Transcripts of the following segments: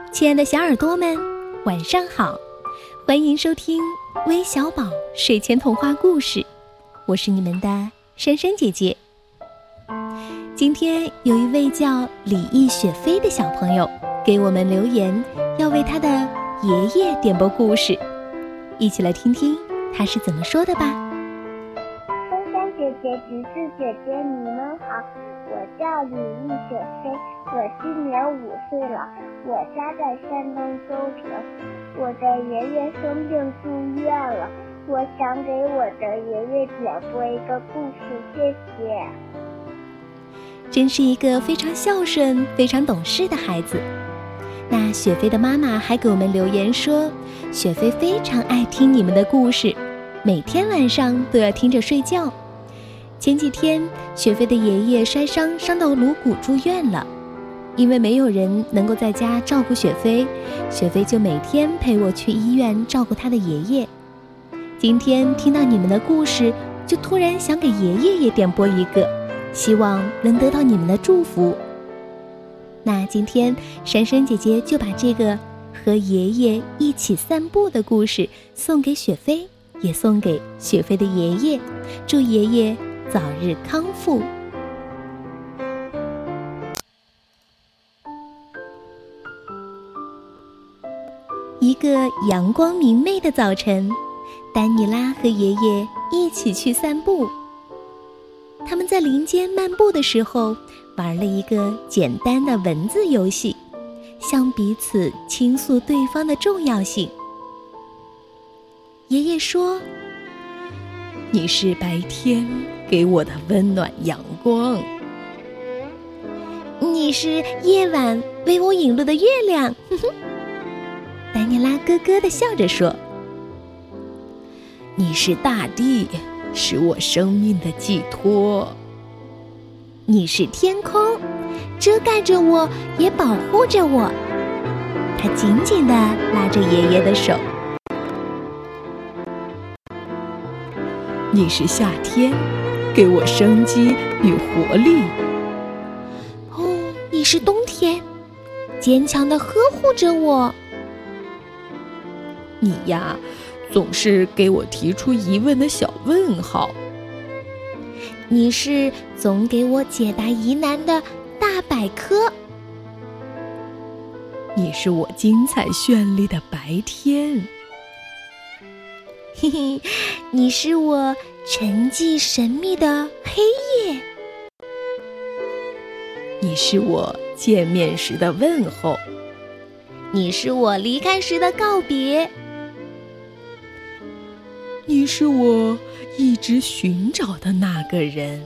亲爱的小耳朵们，晚上好，欢迎收听微小宝睡前童话故事，我是你们的珊珊姐姐。今天有一位叫李易雪飞的小朋友给我们留言，要为他的爷爷点播故事，一起来听听他是怎么说的吧。 珊珊姐姐、橘子姐姐，你们好，我叫李易雪飞，我今年5岁了，我家在山东周平，我的爷爷生病住院了，我想给我的爷爷点播一个故事，谢谢。 真是一个非常孝顺、非常懂事的孩子。那雪飞的妈妈还给我们留言说，雪飞非常爱听你们的故事，每天晚上都要听着睡觉。前几天雪飞的爷爷摔伤到颅骨住院了，因为没有人能够在家照顾雪飞，雪飞就每天陪我去医院照顾他的爷爷。今天听到你们的故事，就突然想给爷爷也点播一个，希望能得到你们的祝福。那今天珊珊姐姐就把这个和爷爷一起散步的故事送给雪飞，也送给雪飞的爷爷，祝爷爷早日康复。一个阳光明媚的早晨，丹尼拉和爷爷一起去散步。他们在林间漫步的时候，玩了一个简单的文字游戏，向彼此倾诉对方的重要性。爷爷说， 你是白天给我的温暖阳光， 你是夜晚为我引路的月亮。丹尼拉咯咯地笑着说， 你是大地，是我生命的寄托， 你是天空，遮盖着我，也保护着我。他紧紧地拉着爷爷的手。 你是夏天，给我生机与活力。 哦，你是冬天，坚强地呵护着我。 你呀，总是给我提出疑问的小问号。 你是总给我解答疑难的大百科。 你是我精彩绚丽的白天。 嘿嘿，你是我沉寂神秘的黑夜。 你是我见面时的问候。 你是我离开时的告别。 你是我一直寻找的那个人。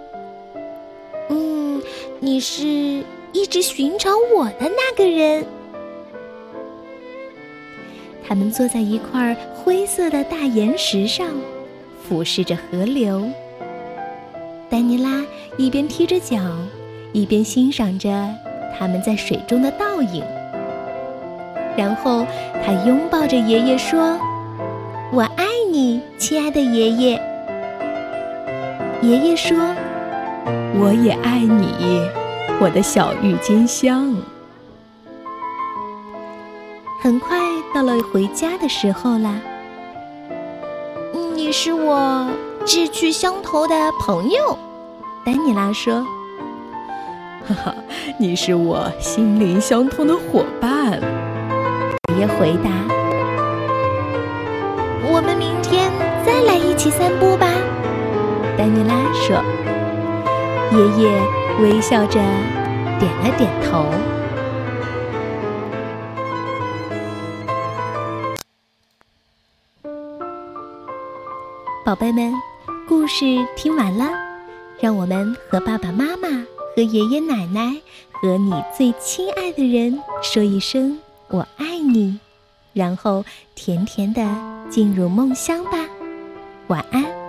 你是一直寻找我的那个人。他们坐在一块灰色的大岩石上，俯视着河流。丹尼拉一边踢着脚，一边欣赏着他们在水中的倒影。然后他拥抱着爷爷说，我爱你，亲爱的爷爷。爷爷说， 我也爱你，我的小郁金香。 很快到了回家的时候啦。你是我志趣相投的朋友，丹尼拉说。 哈哈，你是我心灵相通的伙伴。 爷爷回答，我们明天再来一起散步吧，丹尼拉说。爷爷微笑着点了点头。宝贝们，故事听完了，让我们和爸爸妈妈、和爷爷奶奶、和你最亲爱的人说一声我爱你，然后甜甜地进入梦乡吧。晚安。